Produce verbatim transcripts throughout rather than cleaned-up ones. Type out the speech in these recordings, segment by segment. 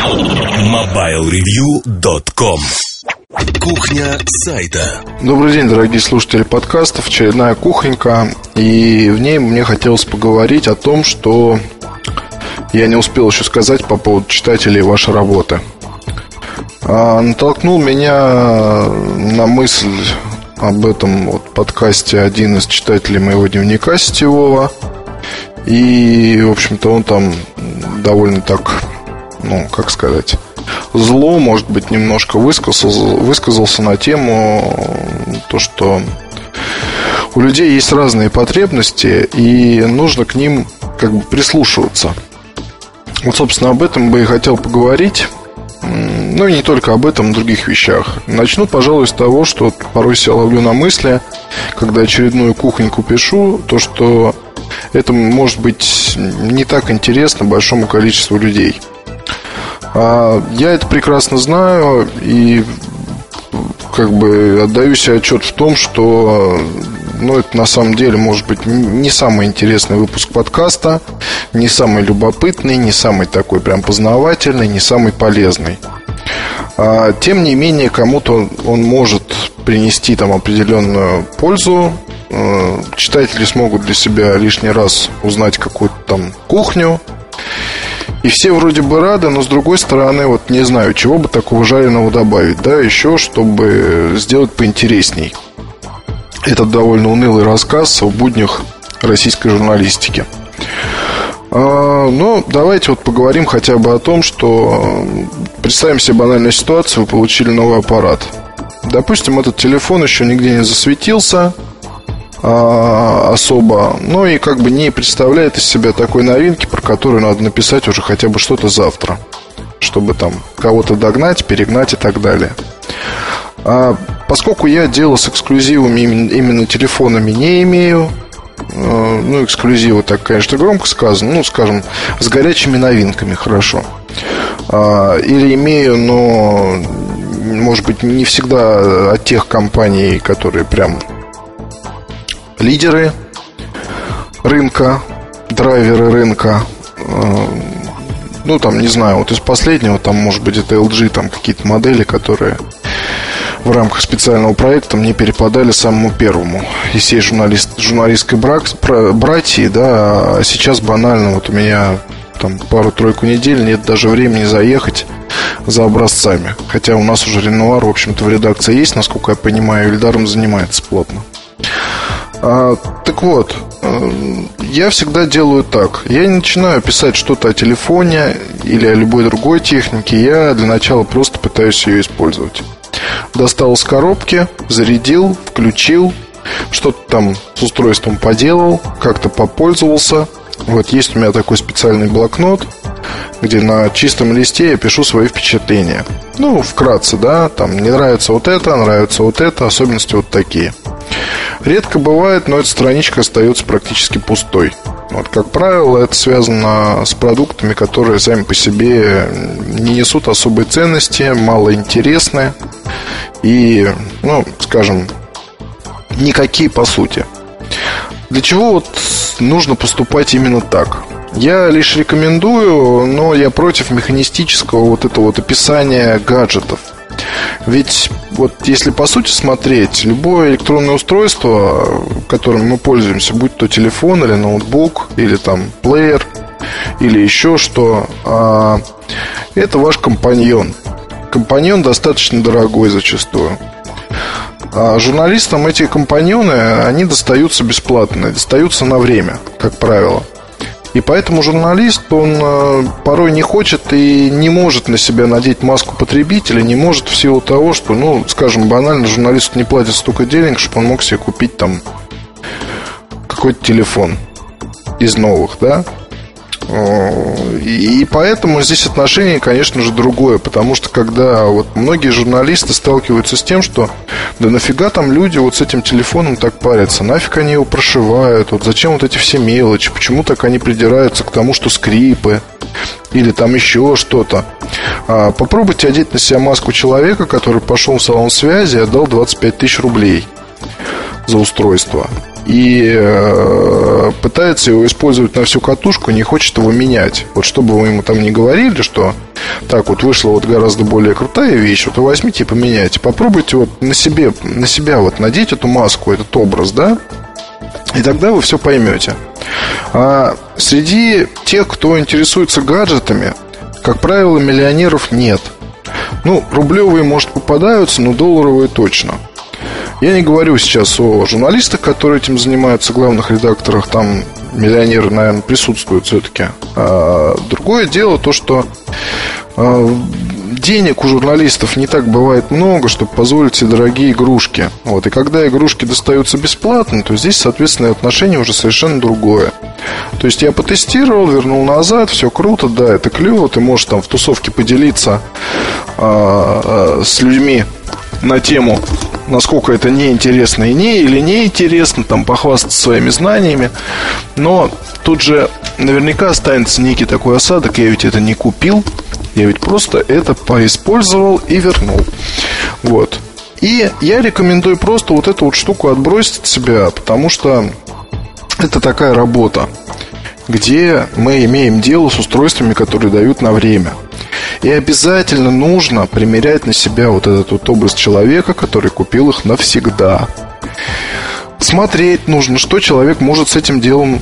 мобайл ревью точка ком. Кухня сайта. Добрый день, дорогие слушатели подкастов. Очередная кухонька. И в ней мне хотелось поговорить о том, что я не успел еще сказать по поводу читателей вашей работы. а, Натолкнул меня на мысль об этом вот подкасте один из читателей моего дневника сетевого. И, в общем-то, он там довольно так, ну, как сказать, зло, может быть, немножко высказался, высказался на тему то, что у людей есть разные потребности, и нужно к ним как бы прислушиваться. Вот, собственно, об этом бы и хотел поговорить. Ну и не только об этом, о других вещах. Начну, пожалуй, с того, что порой себя ловлю на мысли, когда очередную кухоньку пишу, то, что это может быть не так интересно большому количеству людей. Я это прекрасно знаю и как бы отдаю себе отчет в том, что ну, это на самом деле может быть не самый интересный выпуск подкаста, не самый любопытный, не самый такой прям познавательный, не самый полезный. Тем не менее, кому-то он может принести там определенную пользу. Читатели смогут для себя лишний раз узнать какую-то там кухню. И все вроде бы рады, но с другой стороны, вот не знаю, чего бы такого жареного добавить, да, еще, чтобы сделать поинтересней этот довольно унылый рассказ о буднях российской журналистики. а, Ну, давайте вот поговорим хотя бы о том, что представим себе банальную ситуацию: вы получили новый аппарат. Допустим, этот телефон еще нигде не засветился особо, ну и как бы не представляет из себя такой новинки, про которую надо написать уже хотя бы что-то завтра, чтобы там кого-то догнать, перегнать и так далее. а, Поскольку я дело с эксклюзивами именно, именно телефонами не имею, а, ну эксклюзивы так, конечно, громко сказано, ну скажем, с горячими новинками, хорошо, а, или имею, но может быть не всегда от тех компаний, которые прям лидеры рынка, драйверы рынка. Ну, там, не знаю, вот из последнего, там, может быть, это эл джи, там, какие-то модели, которые в рамках специального проекта мне перепадали самому первому из всей журналист, журналистской брак, братьи, да, а сейчас банально, вот у меня там пару-тройку недель нет даже времени заехать за образцами. Хотя у нас уже Ренуар, в общем-то, в редакции есть, насколько я понимаю, Ильдаром занимается плотно. А, так вот, я всегда делаю так. Я не начинаю писать что-то о телефоне или о любой другой технике. Я для начала просто пытаюсь ее использовать. Достал из коробки, зарядил, включил, что-то там с устройством поделал, как-то попользовался. Вот есть у меня такой специальный блокнот, где на чистом листе я пишу свои впечатления. Ну, вкратце, да, там не нравится вот это, нравится вот это, особенности вот такие. Редко бывает, но эта страничка остается практически пустой. Вот, как правило, это связано с продуктами, которые сами по себе не несут особой ценности, малоинтересны и, ну, скажем, никакие по сути. Для чего вот нужно поступать именно так? Я лишь рекомендую, но я против механистического вот этого вот описания гаджетов. Ведь вот если по сути смотреть, любое электронное устройство, которым мы пользуемся, будь то телефон или ноутбук, или там плеер, или еще что, а, это ваш компаньон. Компаньон достаточно дорогой зачастую. А журналистам эти компаньоны, они достаются бесплатно, достаются на время, как правило. И поэтому журналист, он порой не хочет и не может на себя надеть маску потребителя, не может в силу того, что, ну, скажем, банально, журналисту не платят столько денег, чтобы он мог себе купить там какой-то телефон из новых, да. И поэтому здесь отношение, конечно же, другое. Потому что когда вот многие журналисты сталкиваются с тем, что да нафига там люди вот с этим телефоном так парятся, нафиг они его прошивают, вот зачем вот эти все мелочи, почему так они придираются к тому, что скрипы или там еще что-то. а, Попробуйте одеть на себя маску человека, который пошел в салон связи и отдал двадцать пять тысяч рублей за устройство и э, пытается его использовать на всю катушку, не хочет его менять. Вот что бы вы ему там ни говорили, что так вот вышла вот гораздо более крутая вещь, вот вы возьмите и поменяйте. Попробуйте вот на себе, на себя вот надеть эту маску, этот образ, да, и тогда вы все поймете. А среди тех, кто интересуется гаджетами, как правило, миллионеров нет. Ну, рублевые, может, попадаются, но долларовые точно. Я не говорю сейчас о журналистах, которые этим занимаются, главных редакторах, там миллионеры, наверное, присутствуют все-таки. А другое дело то, что а, денег у журналистов не так бывает много, чтобы позволить себе дорогие игрушки. Вот. И когда игрушки достаются бесплатно, то здесь, соответственно, отношение уже совершенно другое. То есть я потестировал, вернул назад, все круто, да, это клево. Ты можешь там в тусовке поделиться а, а, с людьми на тему, насколько это неинтересно и не, или неинтересно, там, похвастаться своими знаниями. Но тут же наверняка останется некий такой осадок: я ведь это не купил, я ведь просто это поиспользовал и вернул. Вот. И я рекомендую просто вот эту вот штуку отбросить от себя, потому что это такая работа, где мы имеем дело с устройствами, которые дают на время. И обязательно нужно примерять на себя вот этот вот образ человека, который купил их навсегда. Смотреть нужно, что человек может с этим делом,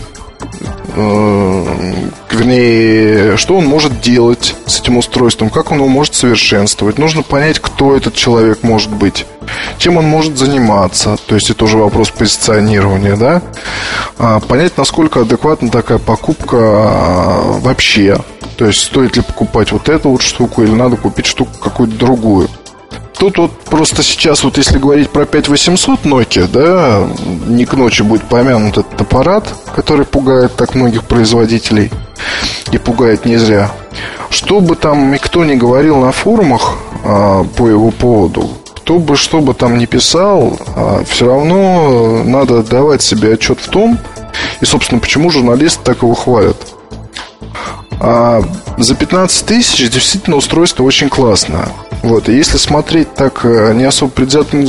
э, вернее, что он может делать с этим устройством, как он его может совершенствовать. Нужно понять, кто этот человек может быть, чем он может заниматься. То есть это уже вопрос позиционирования, да? А, понять, насколько адекватна такая покупка а, вообще. То есть стоит ли покупать вот эту вот штуку, или надо купить штуку какую-то другую. Тут вот просто сейчас, вот если говорить про пять восемьсот Nokia, да, не к ночи будет помянут этот аппарат, который пугает так многих производителей. И пугает не зря. Что бы там никто ни говорил на форумах а, по его поводу, кто бы что бы там ни писал, а, все равно надо отдавать себе отчет в том, и, собственно, почему журналисты так его хвалят. А за пятнадцать тысяч действительно устройство очень классное. Вот. И если смотреть так не особо предвзятым,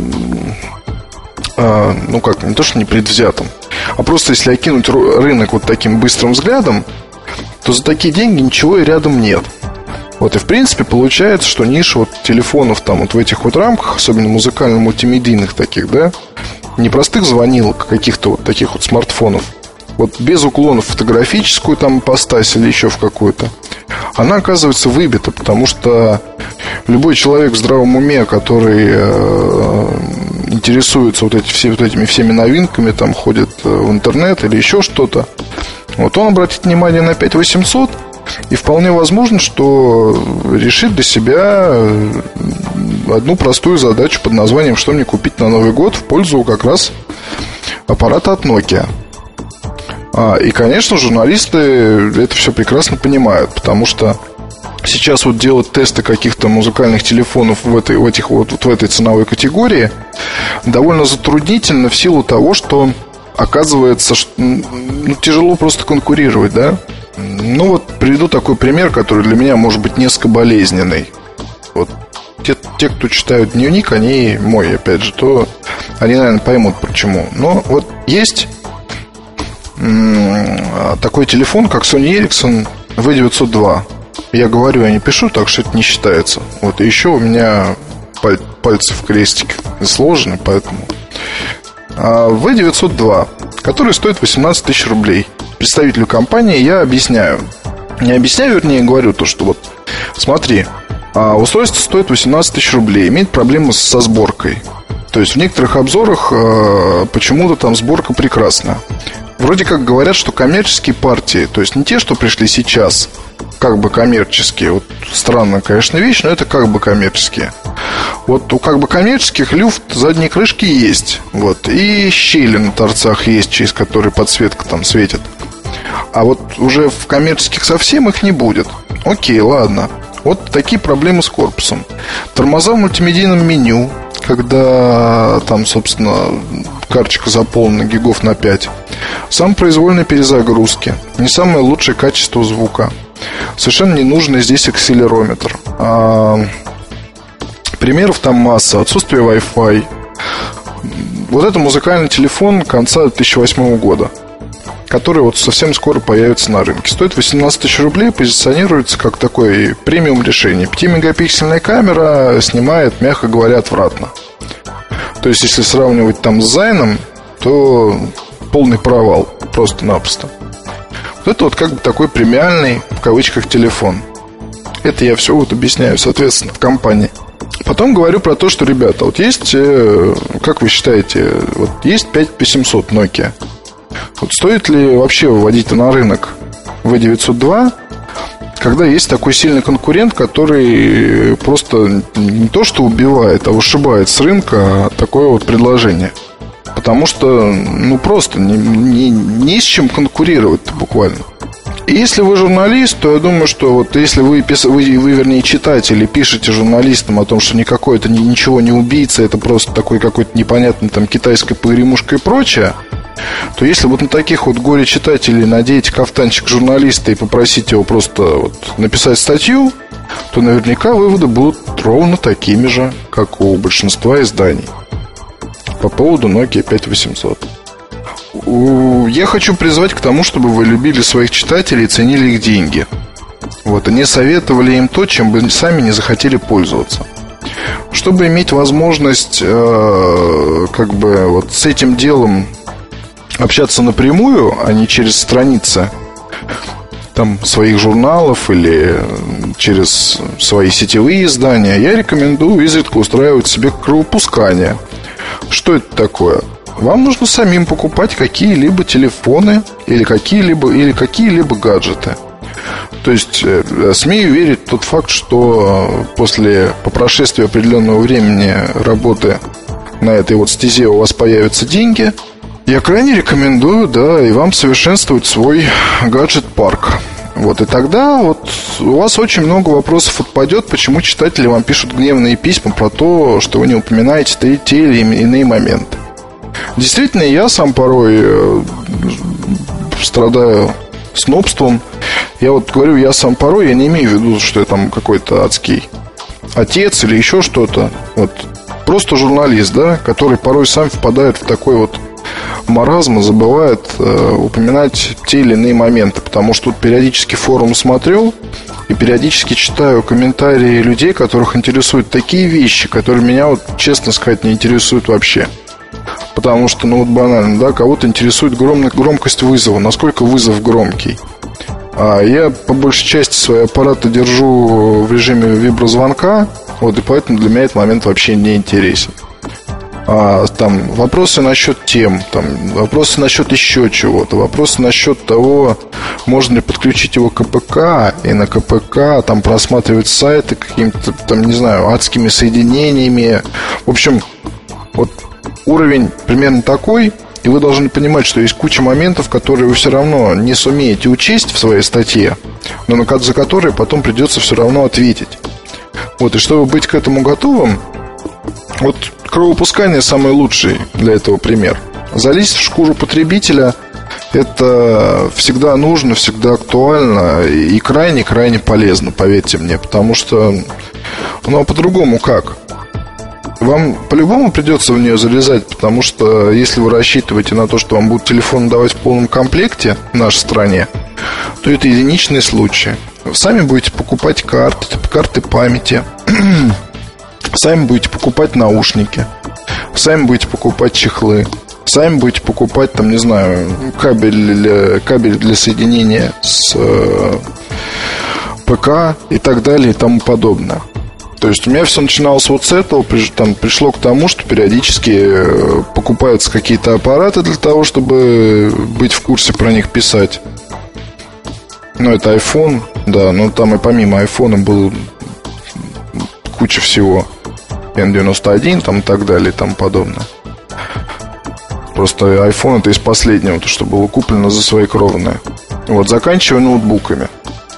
а, ну как, не то что не предвзятым, а просто если окинуть рынок вот таким быстрым взглядом, то за такие деньги ничего и рядом нет. Вот. И в принципе получается, что ниша вот телефонов там вот в этих вот рамках, особенно музыкально-мультимедийных таких, да, не простых звонилок, а каких-то вот таких вот смартфонов, вот без уклона в фотографическую там ипостась или еще в какую-то, она оказывается выбита, потому что любой человек в здравом уме, который э, интересуется вот, эти, все, вот этими всеми новинками, там ходит в интернет или еще что-то, вот он обратит внимание на пять восемьсот, и вполне возможно, что решит для себя одну простую задачу под названием «Что мне купить на Новый год?» в пользу как раз аппарата от Nokia. А, и, конечно, журналисты это все прекрасно понимают, потому что сейчас вот делать тесты каких-то музыкальных телефонов в этой, в этих, вот, вот в этой ценовой категории довольно затруднительно в силу того, что оказывается, что, ну, тяжело просто конкурировать, да? Ну вот приведу такой пример, который для меня может быть несколько болезненный. Вот те, те, кто читают дневник, они мой, опять же, то они, наверное, поймут почему. Но вот есть такой телефон, как Sony Ericsson ви девятьсот два. Я говорю, я не пишу, так что это не считается. Вот, и еще у меня паль- пальцы в крестик сложены, поэтому ви девятьсот два, который стоит восемнадцать тысяч рублей. Представителю компании я объясняю. Не объясняю, вернее, говорю то, что вот смотри, устройство стоит восемнадцать тысяч рублей, имеет проблемы со сборкой. То есть в некоторых обзорах почему-то там сборка прекрасная. Вроде как говорят, что коммерческие партии, то есть не те, что пришли сейчас, как бы коммерческие. Вот странная, конечно, вещь, но это как бы коммерческие. Вот у как бы коммерческих люфт задней крышки есть. Вот. И щели на торцах есть, через которые подсветка там светит. А вот уже в коммерческих совсем их не будет. Окей, ладно. Вот такие проблемы с корпусом. Тормоза в мультимедийном меню, когда там, собственно, карточка заполнена гигов на пять. Самопроизвольные перезагрузки. Не самое лучшее качество звука. Совершенно не нужный здесь акселерометр. а, Примеров там масса. Отсутствие Wi-Fi. вот это музыкальный телефон конца две тысячи восьмого года, который вот совсем скоро появится на рынке. Стоит восемнадцать тысяч рублей, позиционируется как такой премиум решение. пятимегапиксельная камера снимает, мягко говоря, отвратно. То есть, если сравнивать там с Зайном, то полный провал, просто-напросто. Вот это вот как бы такой премиальный, в кавычках, телефон. Это я все вот объясняю, соответственно, в компании. Потом говорю про то, что, ребята, вот есть, как вы считаете, вот есть пять тысяч семьсот Nokia. Вот стоит ли вообще выводить на рынок ви девятьсот два, когда есть такой сильный конкурент, который просто не то что убивает, а вышибает с рынка такое вот предложение? Потому что, ну, просто не, не, не с чем конкурировать-то буквально. И если вы журналист, то я думаю, что вот если вы, вы, вы, вернее, читатели, пишете журналистам о том, что никакой это ничего не убийца, это просто такой какой-то непонятный там китайская погремушка и прочее, то если вот на таких вот горе-читателей надеть кафтанчик журналиста и попросить его просто вот написать статью, то наверняка выводы будут ровно такими же, как у большинства изданий по поводу Nokia пять тысяч восемьсот. Я хочу призвать к тому, чтобы вы любили своих читателей и ценили их деньги. Вот, и не советовали им то, чем бы сами не захотели пользоваться. Чтобы иметь возможность э, как бы вот с этим делом общаться напрямую, а не через страницы там своих журналов или через свои сетевые издания, я рекомендую изредка устраивать себе кровопускание. Что это такое? Вам нужно самим покупать какие-либо телефоны или какие-либо, или какие-либо гаджеты. То есть, смею верить в тот факт, что после, по прошествии определенного времени работы на этой вот стезе у вас появятся деньги. Я крайне рекомендую, да, и вам совершенствовать свой гаджет-парк. Вот, и тогда вот у вас очень много вопросов отпадет, почему читатели вам пишут гневные письма про то, что вы не упоминаете те, те или иные моменты. Действительно, я сам порой э, страдаю снобством. Я вот говорю, я сам порой, я не имею в виду, что я там какой-то адский отец или еще что-то. Вот, просто журналист, да, который порой сам впадает в такой вот маразм и забывает э, упоминать те или иные моменты. Потому что тут периодически форум смотрю и периодически читаю комментарии людей, которых интересуют такие вещи, которые меня, вот, честно сказать, не интересуют вообще. Потому что, ну вот банально, да, кого-то интересует гром... громкость вызова, насколько вызов громкий. А я по большей части свои аппараты держу в режиме виброзвонка, вот, и поэтому для меня этот момент вообще не интересен. А, там вопросы насчет тем, там, вопросы насчет еще чего-то, вопросы насчет того, можно ли подключить его к КПК, и на КПК там просматривать сайты какими-то, там, не знаю, адскими соединениями. В общем, вот уровень примерно такой, и вы должны понимать, что есть куча моментов, которые вы все равно не сумеете учесть в своей статье, но за которые потом придется все равно ответить. Вот, и чтобы быть к этому готовым, вот кровопускание самый лучший для этого пример. Залезть в шкуру потребителя — это всегда нужно, всегда актуально и крайне-крайне полезно, поверьте мне. Потому что, ну а по-другому как? Вам по-любому придется в нее залезать, потому что если вы рассчитываете на то, что вам будут телефон давать в полном комплекте в нашей стране, то это единичные случаи. Вы сами будете покупать карты, карты памяти, сами будете покупать наушники, сами будете покупать чехлы, сами будете покупать, там, не знаю, кабель для, кабель для соединения с э, ПК и так далее и тому подобное. То есть у меня все начиналось вот с этого, там, пришло к тому, что периодически покупаются какие-то аппараты для того, чтобы быть в курсе, про них писать. Ну, это iPhone, да, но там и помимо iPhone было куча всего. эн девяносто один, там и так далее и тому подобное. Просто iPhone — это из последнего, то, что было куплено за свои кровные. Вот, заканчивая ноутбуками,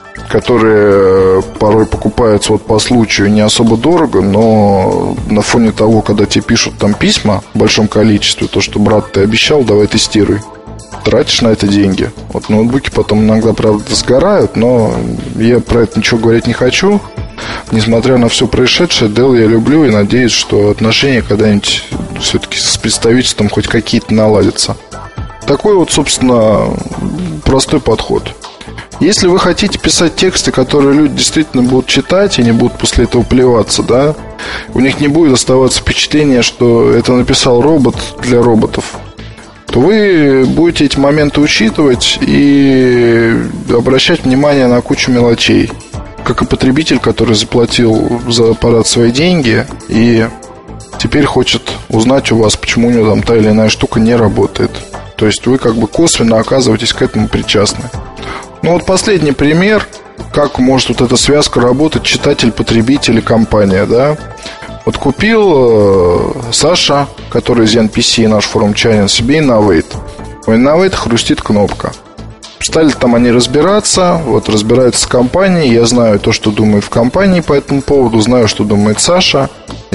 которые порой покупаются вот по случаю, не особо дорого, но на фоне того, когда тебе пишут там письма в большом количестве, то, что брат, ты обещал, давай тестируй, тратишь на это деньги. Вот ноутбуки потом иногда, правда, сгорают, но я про это ничего говорить не хочу. Несмотря на все происшедшее, Dell я люблю и надеюсь, что отношения когда-нибудь все-таки с представительством хоть какие-то наладятся. Такой вот, собственно, простой подход. Если вы хотите писать тексты, которые люди действительно будут читать и не будут после этого плеваться, да, у них не будет оставаться впечатление, что это написал робот для роботов, то вы будете эти моменты учитывать и обращать внимание на кучу мелочей. Как и потребитель, который заплатил за аппарат свои деньги и теперь хочет узнать у вас, почему у него там та или иная штука не работает. То есть вы как бы косвенно оказываетесь к этому причастны. Ну вот последний пример, как может вот эта связка работать: читатель, потребитель и компания, да. Вот купил э, Саша, который из эн пи си, наш форумчанин, себе Innovate. У Innovate хрустит кнопка. Стали там они разбираться, вот разбираются с компанией. Я знаю то, что думает в компании по этому поводу, знаю, что думает Саша.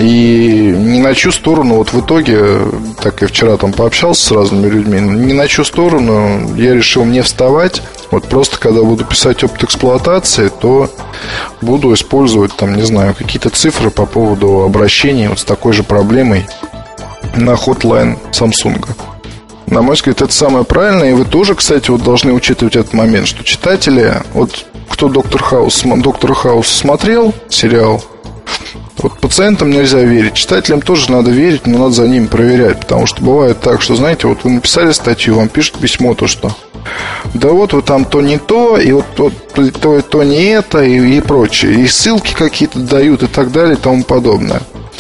И ни на чью сторону, вот в итоге, так я вчера там пообщался с разными людьми, ни на чью сторону я решил не вставать. Вот просто когда буду писать опыт эксплуатации, то буду использовать там, не знаю, какие-то цифры по поводу обращений вот с такой же проблемой на хотлайн Samsung. На мой взгляд, это самое правильное. И вы тоже, кстати, вот должны учитывать этот момент, что читатели, вот кто Доктор Хаус, Доктор Хаус смотрел сериал, вот пациентам нельзя верить, читателям тоже надо верить, но надо за ними проверять. Потому что бывает так, что, знаете, вот вы написали статью, вам пишет письмо, то что да вот вы там то не то, и вот то, то, то, то не это, и, и прочее. И ссылки какие-то дают, и так далее, и тому подобное.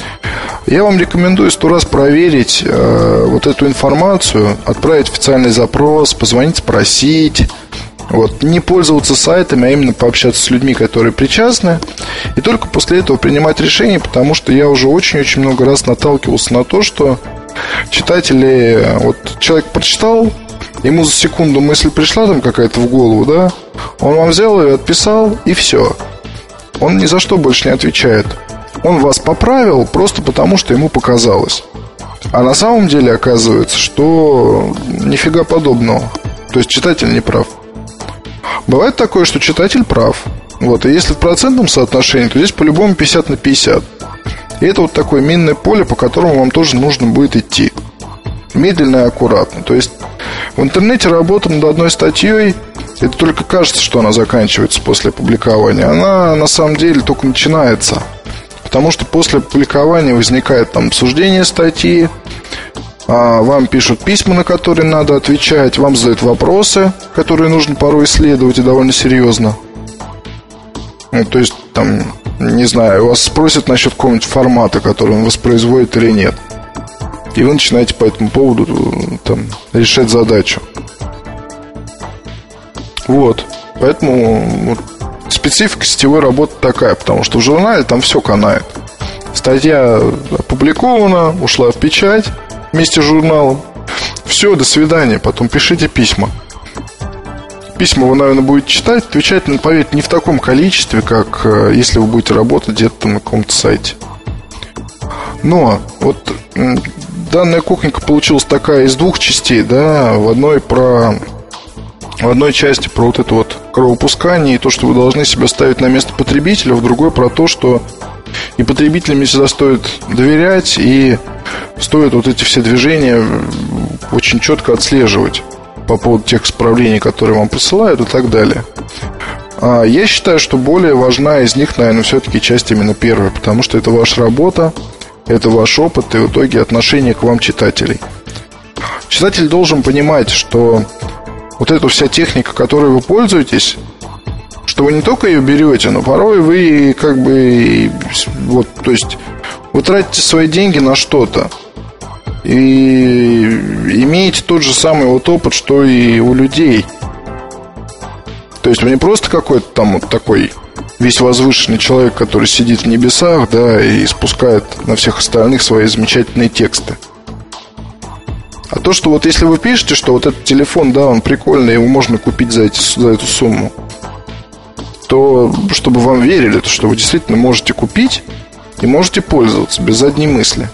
Я вам рекомендую сто раз проверить э, вот эту информацию, отправить официальный запрос, позвонить, спросить. Вот, не пользоваться сайтами, а именно пообщаться с людьми, которые причастны. И только после этого принимать решение, потому что я уже очень-очень много раз наталкивался на то, что читатели... Вот человек прочитал, ему за секунду мысль пришла там какая-то в голову, да? Он вам взял ее, отписал, и все. Он ни за что больше не отвечает. Он вас поправил просто потому, что ему показалось. А на самом деле оказывается, что нифига подобного. То есть читатель не прав. Бывает такое, что читатель прав. Вот, и если в процентном соотношении, то здесь по-любому пятьдесят на пятьдесят. И это вот такое минное поле, по которому вам тоже нужно будет идти. Медленно и аккуратно. То есть в интернете работа над одной статьей, это только кажется, что она заканчивается после опубликования. Она на самом деле только начинается. Потому что после опубликования возникает там обсуждение статьи, вам пишут письма, на которые надо отвечать, вам задают вопросы, которые нужно порой исследовать, и довольно серьезно. Ну, то есть, там, не знаю, вас спросят насчет какого-нибудь формата, который он воспроизводит или нет. И вы начинаете по этому поводу там, решать задачу. Вот. Поэтому вот, специфика сетевой работы такая, потому что в журнале там все канает. Статья опубликована, ушла в печать вместе с журналом. Все, до свидания, потом пишите письма. Письма вы, наверное, будете читать, отвечать, но, поверьте, не в таком количестве, как если вы будете работать где-то на каком-то сайте. Но вот данная кухонька получилась такая из двух частей, да, в одной про... В одной части про вот это вот кровопускание и то, что вы должны себя ставить на место потребителя, в другой про то, что и потребителям всегда стоит доверять, и стоит вот эти все движения очень четко отслеживать по поводу тех исправлений, которые вам присылают и так далее. А я считаю, что более важна из них, наверное, все-таки часть именно первая, потому что это ваша работа, это ваш опыт и в итоге отношение к вам читателей. Читатель должен понимать, что вот эта вся техника, которой вы пользуетесь, что вы не только ее берете, но порой вы как бы вот, то есть вы тратите свои деньги на что-то и имеете тот же самый вот опыт, что и у людей. То есть вы не просто какой-то там вот такой весь возвышенный человек, который сидит в небесах, да, и спускает на всех остальных свои замечательные тексты. А то, что вот если вы пишете, что вот этот телефон, да, он прикольный, его можно купить за, эти, за эту сумму, то чтобы вам верили, то что вы действительно можете купить и можете пользоваться без задней мысли.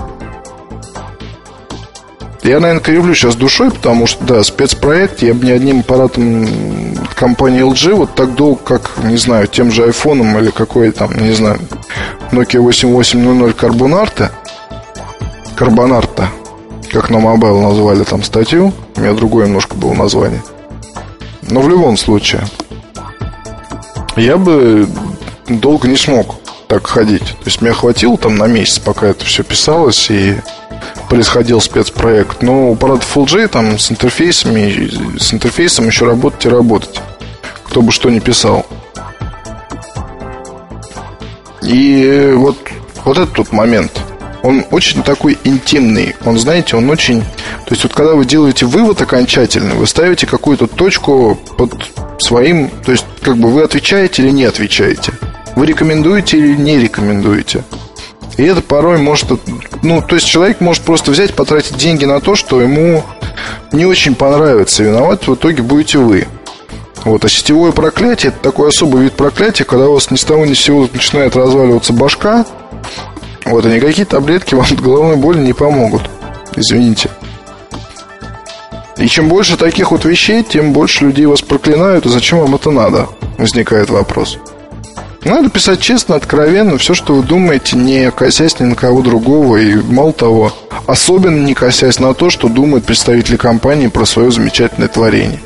Я, наверное, кривлю сейчас душой, потому что, да, спецпроект, я бы ни одним аппаратом компании эл джи вот так долго, как, не знаю, тем же айфоном или какой там, не знаю, Nokia восемь восемь ноль ноль Carbon Arte, Карбонарта, как на Mobile назвали там статью. У меня другое немножко было название. Но в любом случае, я бы долго не смог так ходить. То есть меня хватило там на месяц, пока это все писалось и происходил спецпроект. Но у аппаратов эл джи там с интерфейсами, с интерфейсом еще работать и работать, кто бы что ни писал. И вот, вот этот вот момент, он очень такой интимный. Он, знаете, он очень... То есть вот когда вы делаете вывод окончательный, вы ставите какую-то точку под своим... То есть как бы вы отвечаете или не отвечаете, вы рекомендуете или не рекомендуете. И это порой может... Ну, то есть человек может просто взять, потратить деньги на то, что ему не очень понравится. И виноват в итоге будете вы. Вот, а сетевое проклятие — это такой особый вид проклятия, когда у вас ни с того ни с сего начинает разваливаться башка. Вот, и никакие таблетки вам от головной боли не помогут. Извините. И чем больше таких вот вещей, тем больше людей вас проклинают. И зачем вам это надо? Возникает вопрос. Надо писать честно, откровенно, все, что вы думаете, не косясь ни на кого другого. И мало того, особенно не косясь на то, что думают представители компании про свое замечательное творение.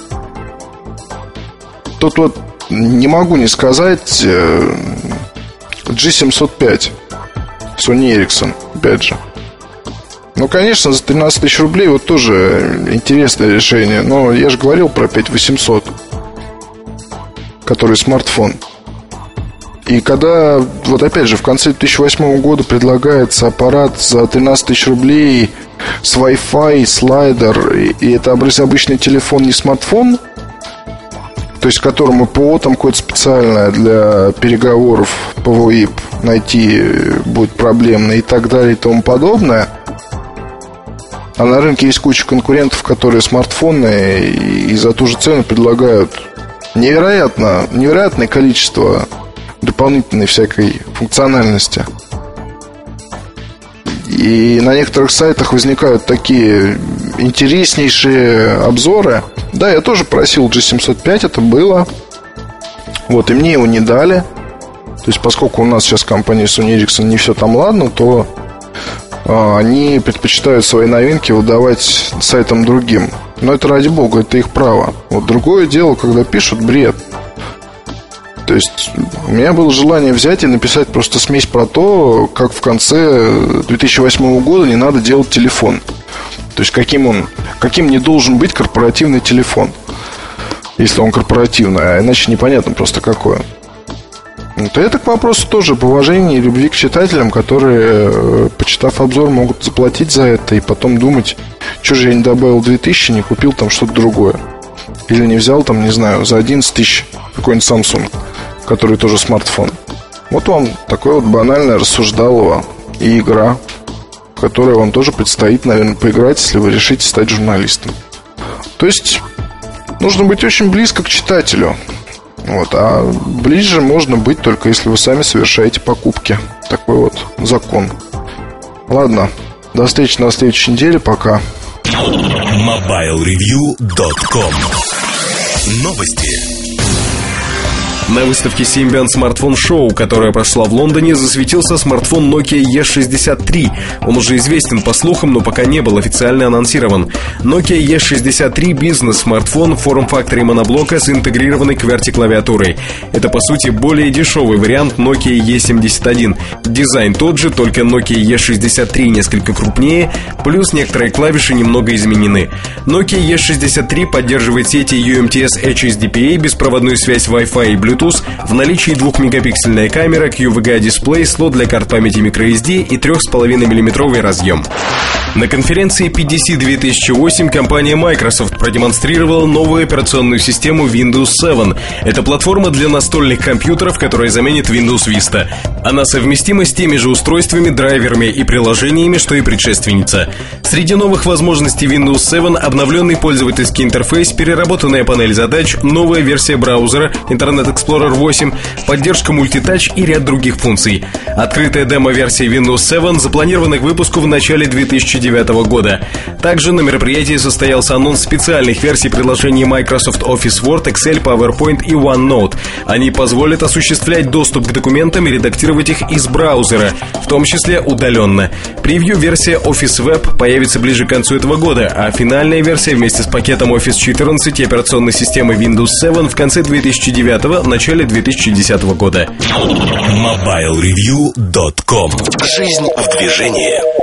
Тут вот не могу не сказать джи семьсот пять Sony Ericsson, опять же. Ну, конечно, за тринадцать тысяч рублей вот тоже интересное решение. Но я же говорил про пять восемьсот, который смартфон. И когда, вот опять же, в конце две тысячи восьмого года предлагается аппарат за тринадцать тысяч рублей с Wi-Fi, слайдер, и, и это обычный телефон, не смартфон, то есть которому ПО там какое-то специальное для переговоров по ВОИП найти будет проблемно и так далее и тому подобное. А на рынке есть куча конкурентов, которые смартфоны и, и за ту же цену предлагают невероятно, невероятное количество дополнительной всякой функциональности. И на некоторых сайтах возникают такие интереснейшие обзоры. Да, я тоже просил джи семьсот пять, это было. Вот, и мне его не дали. То есть, поскольку у нас сейчас компания Sony Ericsson не все там ладно, то а, они предпочитают свои новинки выдавать сайтам другим. Но это, ради бога, это их право. Вот другое дело, когда пишут бред. То есть у меня было желание взять и написать просто смесь про то, как в конце две тысячи восьмого года не надо делать телефон. То есть каким он, каким не должен быть корпоративный телефон, если он корпоративный, а иначе непонятно просто какой. Вот это к вопросу тоже об уважении и любви к читателям, которые, почитав обзор, могут заплатить за это и потом думать, что же я не добавил две тысячи, не купил там что-то другое. Или не взял там, не знаю, за одиннадцать тысяч какой-нибудь Samsung, который тоже смартфон. Вот вам такое вот банальное рассуждалово и игра, в которой вам тоже предстоит, наверное, поиграть, если вы решите стать журналистом. То есть нужно быть очень близко к читателю. Вот, а ближе можно быть только если вы сами совершаете покупки. Такой вот закон. Ладно, до встречи на следующей неделе, пока. мобайл ревью точка ком. Новости. На выставке Symbian Smartphone Show, которая прошла в Лондоне, засветился смартфон Nokia и шестьдесят три. Он уже известен по слухам, но пока не был официально анонсирован. Nokia и шестьдесят три – бизнес-смартфон в форм-факторе моноблока с интегрированной QWERTY-клавиатурой. Это, по сути, более дешевый вариант Nokia и семьдесят один. Дизайн тот же, только Nokia и шестьдесят три несколько крупнее, плюс некоторые клавиши немного изменены. Nokia и шестьдесят три поддерживает сети ю эм ти эс эйч эс ди пи эй, беспроводную связь Wi-Fi и Bluetooth. В наличии двухмегапиксельная камера, кью ви джи А-дисплей, слот для карт памяти microSD и три с половиной миллиметровый разъем. На конференции пи ди си две тысячи восемь компания Microsoft продемонстрировала новую операционную систему Windows семь. Это платформа для настольных компьютеров, которая заменит Windows Vista. Она совместима с теми же устройствами, драйверами и приложениями, что и предшественница. Среди новых возможностей Windows семь обновленный пользовательский интерфейс, переработанная панель задач, новая версия браузера Internet Explorer восемь, поддержка мультитач и ряд других функций. Открытая демо-версия Windows семь запланирована к выпуску в начале две тысячи девятого года. Также на мероприятии состоялся анонс специальных версий приложений Microsoft Office Word, Excel, PowerPoint и OneNote. Они позволят осуществлять доступ к документам и редактировать их из браузера, в том числе удаленно. Превью-версия Office Web появится ближе к концу этого года, а финальная версия вместе с пакетом Office четырнадцать и операционной системой Windows семь в конце две тысячи девятого, начале две тысячи десятого года. мобайл ревью точка ком. Жизнь в движении.